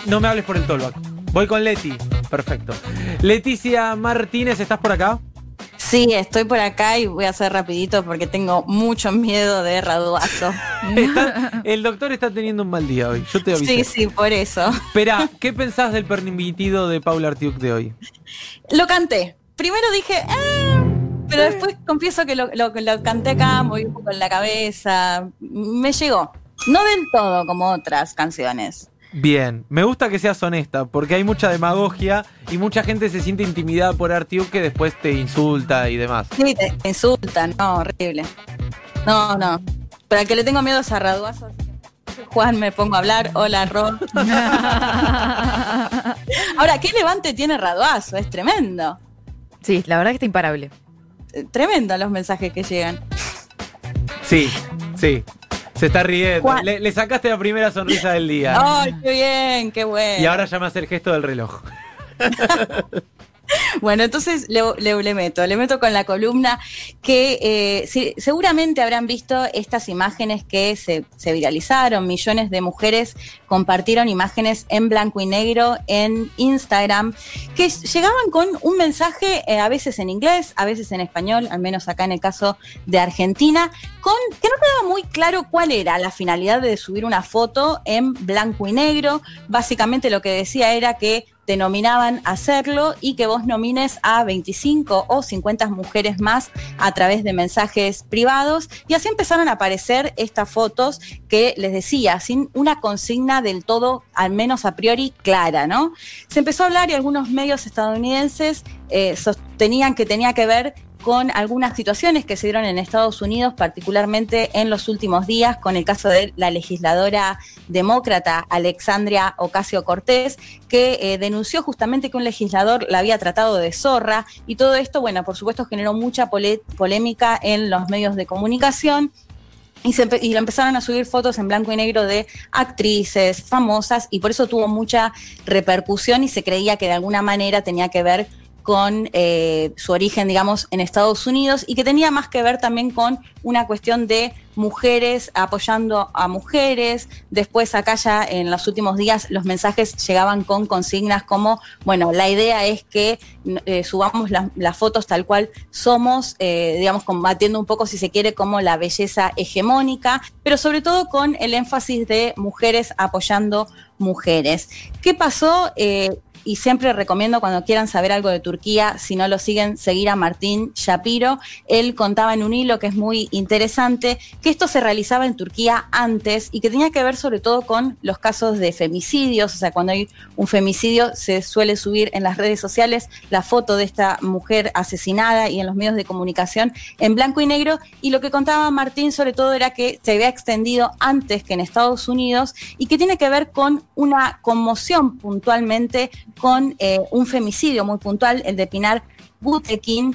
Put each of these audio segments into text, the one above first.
no me hables por el tollback. Voy con Leti. Perfecto. Leticia Martínez, ¿estás por acá? Sí, estoy por acá y voy a hacer rapidito porque tengo mucho miedo de Raduazo. El doctor está teniendo un mal día hoy, yo te avisé. Sí, por eso. Espera, ¿qué pensás del permitido de Paula Artiuk de hoy? Lo canté. Primero dije, pero después confieso que lo canté acá, moví un poco en la cabeza. Me llegó. No del todo como otras canciones. Bien, me gusta que seas honesta, porque hay mucha demagogia y mucha gente se siente intimidada por Artiuk que después te insulta y demás. Sí, te insultan, no, horrible. No. Pero al que le tengo miedo es a Raduazo. Juan, me pongo a hablar. Hola, Ron. Ahora, ¿qué levante tiene Raduazo? Es tremendo. Sí, la verdad que está imparable. Tremendo los mensajes que llegan. Sí. Se está riendo. Le sacaste la primera sonrisa del día. ¡Ay, qué bien! ¡Qué bueno! Y ahora ya me hace el gesto del reloj. Bueno, entonces le meto con la columna que seguramente habrán visto estas imágenes que se viralizaron. Millones de mujeres compartieron imágenes en blanco y negro en Instagram que llegaban con un mensaje a veces en inglés, a veces en español, al menos acá en el caso de Argentina, que no quedaba muy claro cuál era la finalidad de subir una foto en blanco y negro. Básicamente lo que decía era que te nominaban a hacerlo y que vos nomines a 25 o 50 mujeres más a través de mensajes privados, y así empezaron a aparecer estas fotos que les decía, sin una consigna del todo, al menos a priori, clara, ¿no? Se empezó a hablar y algunos medios estadounidenses sostenían que tenía que ver con algunas situaciones que se dieron en Estados Unidos, particularmente en los últimos días, con el caso de la legisladora demócrata Alexandria Ocasio-Cortez, que denunció justamente que un legislador la había tratado de zorra, y todo esto, bueno, por supuesto generó mucha polémica en los medios de comunicación. Y lo empezaron a subir fotos en blanco y negro de actrices famosas, y por eso tuvo mucha repercusión y se creía que de alguna manera tenía que ver con su origen, digamos, en Estados Unidos, y que tenía más que ver también con una cuestión de mujeres apoyando a mujeres. Después acá ya en los últimos días los mensajes llegaban con consignas como, bueno, la idea es que subamos las fotos tal cual somos, digamos, combatiendo un poco, si se quiere, como la belleza hegemónica, pero sobre todo con el énfasis de mujeres apoyando mujeres. ¿Qué pasó? Y siempre recomiendo, cuando quieran saber algo de Turquía, si no lo siguen, seguir a Martín Shapiro. Él contaba en un hilo que es muy interesante que esto se realizaba en Turquía antes y que tenía que ver sobre todo con los casos de femicidios. O sea, cuando hay un femicidio se suele subir en las redes sociales la foto de esta mujer asesinada y en los medios de comunicación en blanco y negro. Y lo que contaba Martín sobre todo era que se había extendido antes que en Estados Unidos y que tiene que ver con una conmoción puntualmente, con un femicidio muy puntual, el de Pinar Gutekin,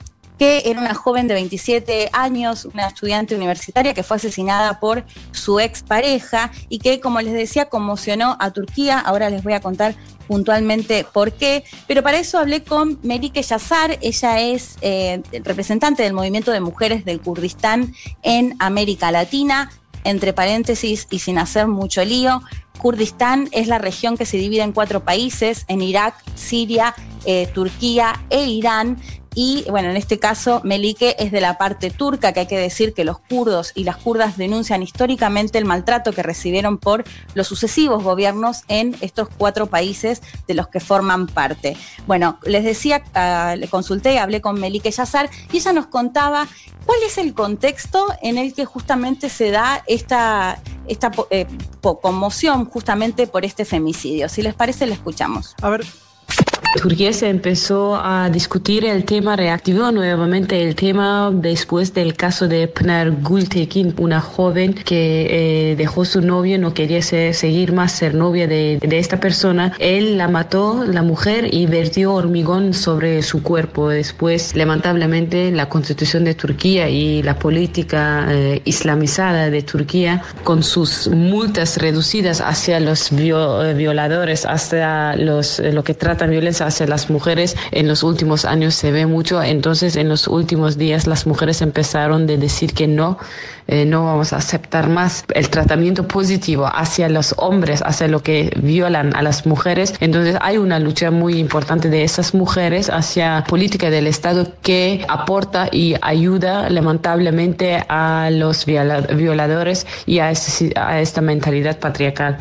que era una joven de 27 años, una estudiante universitaria que fue asesinada por su expareja y que, como les decía, conmocionó a Turquía. Ahora les voy a contar puntualmente por qué, pero para eso hablé con Melike Yazar. Ella es representante del movimiento de mujeres del Kurdistán en América Latina. Entre paréntesis y sin hacer mucho lío, Kurdistán es la región que se divide en 4 países, en Irak, Siria, Turquía e Irán. Y bueno, en este caso Melike es de la parte turca, que hay que decir que los kurdos y las kurdas denuncian históricamente el maltrato que recibieron por los sucesivos gobiernos en estos 4 países de los que forman parte. Bueno, les decía, le consulté, hablé con Melike Yazar y ella nos contaba cuál es el contexto en el que justamente se da esta conmoción justamente por este femicidio. Si les parece, la escuchamos. A ver. Turquía se empezó a discutir el tema, reactivó nuevamente el tema después del caso de Pınar Gültekin, una joven que dejó su novio, no quería seguir más ser novia de esta persona. Él la mató, la mujer, y vertió hormigón sobre su cuerpo. Después, lamentablemente, la constitución de Turquía y la política islamizada de Turquía, con sus multas reducidas hacia los violadores, hasta lo que tratan violencia violencia hacia las mujeres en los últimos años se ve mucho. Entonces, en los últimos días las mujeres empezaron a decir que no vamos a aceptar más el tratamiento positivo hacia los hombres, hacia lo que violan a las mujeres. Entonces hay una lucha muy importante de esas mujeres hacia política del Estado que aporta y ayuda lamentablemente a los violadores y a esta mentalidad patriarcal.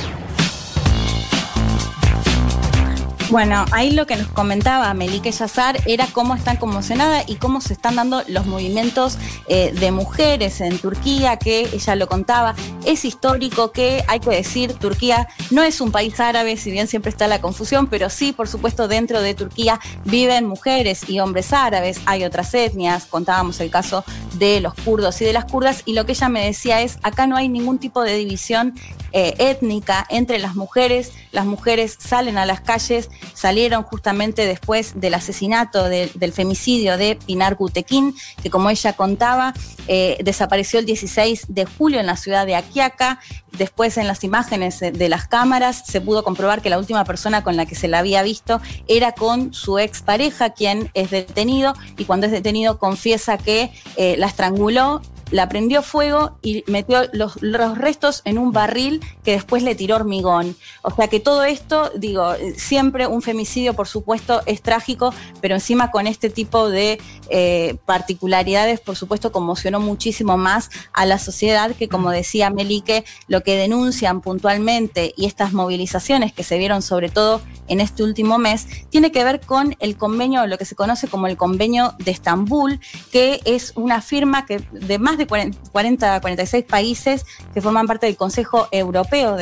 Bueno, ahí lo que nos comentaba Melike Yazar era cómo están conmocionadas y cómo se están dando los movimientos de mujeres en Turquía, que ella lo contaba. Es histórico que, hay que decir, Turquía no es un país árabe, si bien siempre está la confusión, pero sí, por supuesto, dentro de Turquía viven mujeres y hombres árabes, hay otras etnias, contábamos el caso de los kurdos y de las kurdas, y lo que ella me decía es, acá no hay ningún tipo de división étnica entre las mujeres salen a las calles, salieron justamente después del asesinato, del femicidio de Pinar Gutekin, que como ella contaba, desapareció el 16 de julio en la ciudad de Aquiaca. Después en las imágenes de las cámaras se pudo comprobar que la última persona con la que se la había visto era con su expareja, quien es detenido, y cuando es detenido confiesa que la estranguló, la prendió fuego y metió los restos en un barril que después le tiró hormigón. O sea que todo esto, digo, siempre un femicidio, por supuesto, es trágico, pero encima con este tipo de particularidades, por supuesto, conmocionó muchísimo más a la sociedad, que, como decía Melike, lo que denuncian puntualmente y estas movilizaciones que se vieron sobre todo en este último mes, tiene que ver con el convenio, lo que se conoce como el Convenio de Estambul, que es una firma que de más de 46 países que forman parte del Consejo Europeo,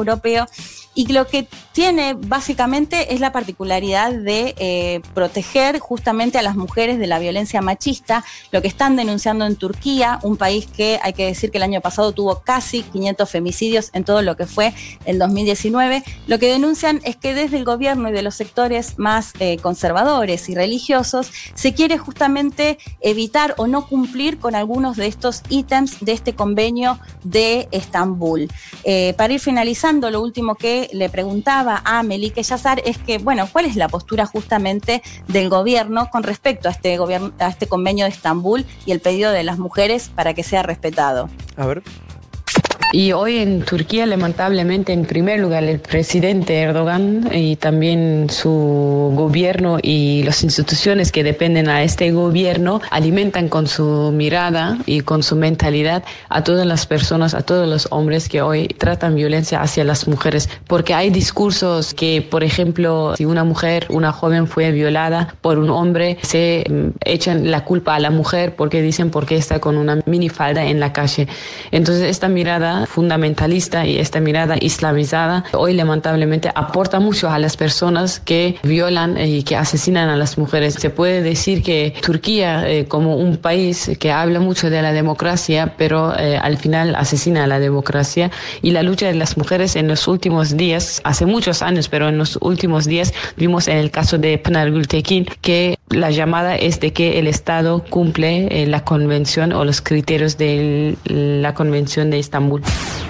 y lo que tiene básicamente es la particularidad de proteger justamente a las mujeres de la violencia machista, lo que están denunciando en Turquía, un país que hay que decir que el año pasado tuvo casi 500 femicidios en todo lo que fue el 2019. Lo que denuncian es que desde el gobierno y de los sectores más conservadores y religiosos se quiere justamente evitar o no cumplir con algunos de estos ítems de este convenio de Estambul. Para ir finalizando, lo último que le preguntaba a Melike Yazar es que, bueno, ¿cuál es la postura justamente del gobierno con respecto a este convenio de Estambul y el pedido de las mujeres para que sea respetado? A ver. Y hoy en Turquía, lamentablemente, en primer lugar, el presidente Erdogan y también su gobierno y las instituciones que dependen a este gobierno alimentan con su mirada y con su mentalidad a todas las personas, a todos los hombres que hoy tratan violencia hacia las mujeres. Porque hay discursos que, por ejemplo, si una mujer, una joven fue violada por un hombre, se echan la culpa a la mujer porque dicen porque está con una minifalda en la calle. Entonces, esta mirada fundamentalista y esta mirada islamizada hoy lamentablemente aporta mucho a las personas que violan y que asesinan a las mujeres. Se puede decir que Turquía, como un país que habla mucho de la democracia, pero al final asesina a la democracia, y la lucha de las mujeres en los últimos días, hace muchos años, pero en los últimos días vimos en el caso de Pınar Gültekin que la llamada es de que el Estado cumple la convención o los criterios de la Convención de Estambul.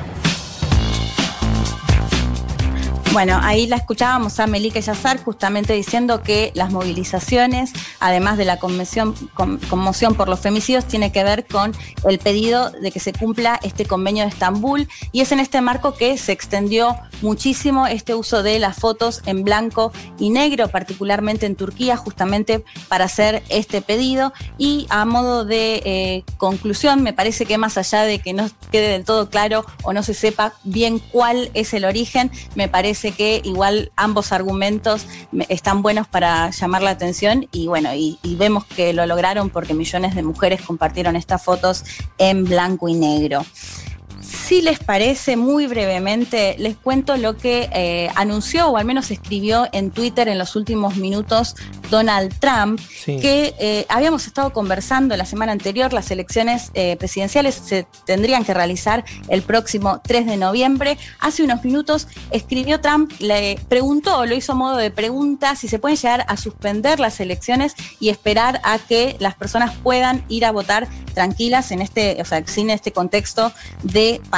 Bueno, ahí la escuchábamos a Melike Yazar justamente diciendo que las movilizaciones, además de la conmoción por los femicidios, tiene que ver con el pedido de que se cumpla este convenio de Estambul, y es en este marco que se extendió muchísimo este uso de las fotos en blanco y negro, particularmente en Turquía, justamente para hacer este pedido. Y a modo de conclusión, me parece que más allá de que no quede del todo claro o no se sepa bien cuál es el origen, me parece que igual ambos argumentos están buenos para llamar la atención, y bueno, y vemos que lo lograron porque millones de mujeres compartieron estas fotos en blanco y negro. Si les parece, muy brevemente les cuento lo que anunció, o al menos escribió en Twitter en los últimos minutos, Donald Trump, sí, que habíamos estado conversando la semana anterior. Las elecciones presidenciales se tendrían que realizar el próximo 3 de noviembre. Hace unos minutos escribió Trump, le preguntó, lo hizo a modo de pregunta, si se pueden llegar a suspender las elecciones y esperar a que las personas puedan ir a votar tranquilas en sin este contexto de pandemia.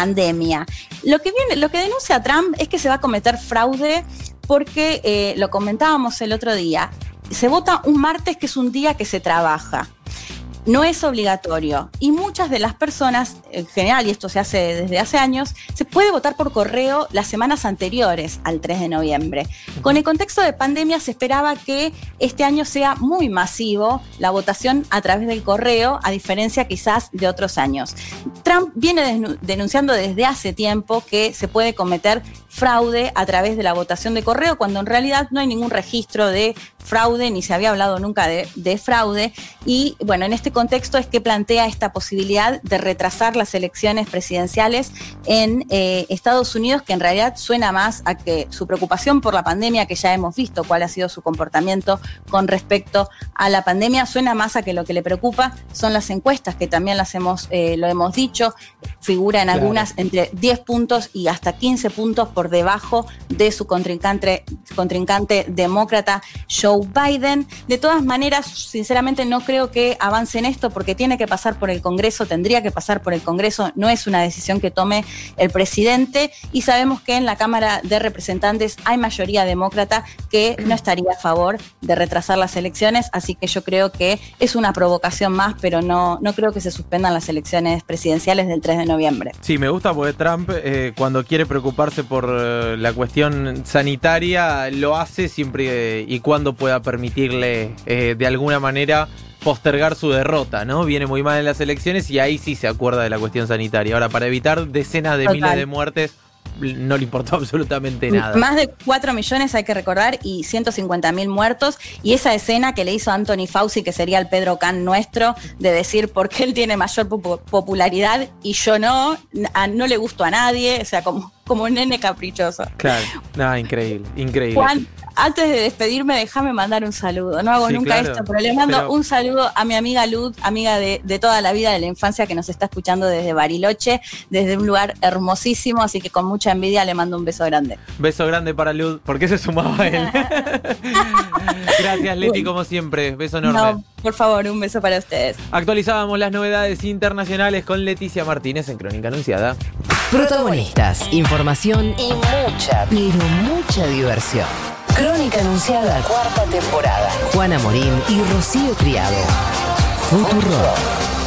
pandemia. Lo que denuncia Trump es que se va a cometer fraude porque, lo comentábamos el otro día, se vota un martes, que es un día que se trabaja. No es obligatorio y muchas de las personas, en general, y esto se hace desde hace años, se puede votar por correo las semanas anteriores al 3 de noviembre. Con el contexto de pandemia se esperaba que este año sea muy masivo la votación a través del correo, a diferencia quizás de otros años. Trump viene denunciando desde hace tiempo que se puede cometer fraude a través de la votación de correo, cuando en realidad no hay ningún registro de fraude, ni se había hablado nunca de fraude. Y bueno, en este contexto es que plantea esta posibilidad de retrasar las elecciones presidenciales en Estados Unidos, que en realidad suena más a que su preocupación por la pandemia, que ya hemos visto cuál ha sido su comportamiento con respecto a la pandemia, suena más a que lo que le preocupa son las encuestas, que también lo hemos dicho, figura en algunas entre 10 puntos y hasta 15 puntos por debajo de su contrincante demócrata Joe Biden. De todas maneras, sinceramente no creo que avance en esto, porque tiene que pasar por el Congreso, tendría que pasar por el Congreso, no es una decisión que tome el presidente, y sabemos que en la Cámara de Representantes hay mayoría demócrata que no estaría a favor de retrasar las elecciones, así que yo creo que es una provocación más, pero no creo que se suspendan las elecciones presidenciales del 3 de noviembre. Sí, me gusta porque Trump, cuando quiere preocuparse por la cuestión sanitaria, lo hace siempre y cuando pueda permitirle de alguna manera postergar su derrota, ¿no? Viene muy mal en las elecciones y ahí sí se acuerda de la cuestión sanitaria. Ahora, para evitar decenas de miles de muertes, no le importó absolutamente nada. Más de 4 millones hay que recordar y 150.000 muertos, y esa escena que le hizo Anthony Fauci, que sería el Pedro Can nuestro, de decir por qué él tiene mayor popularidad y yo no le gusto a nadie, o sea, como un nene caprichoso. Claro, nada, increíble. Juan, antes de despedirme, déjame mandar un saludo. No hago nunca esto, pero le mando un saludo a mi amiga Luz, amiga de toda la vida, de la infancia, que nos está escuchando desde Bariloche, desde un lugar hermosísimo, así que con mucha envidia le mando un beso grande. Beso grande para Luz, porque se sumaba él. Gracias, Leti, como siempre. Beso enorme. No, por favor, un beso para ustedes. Actualizábamos las novedades internacionales con Leticia Martínez en Crónica Anunciada. Protagonistas, información y mucha, pero mucha diversión. Crónica Anunciada, 4ª temporada. Juana Morín y Rocío Criado. Futuro.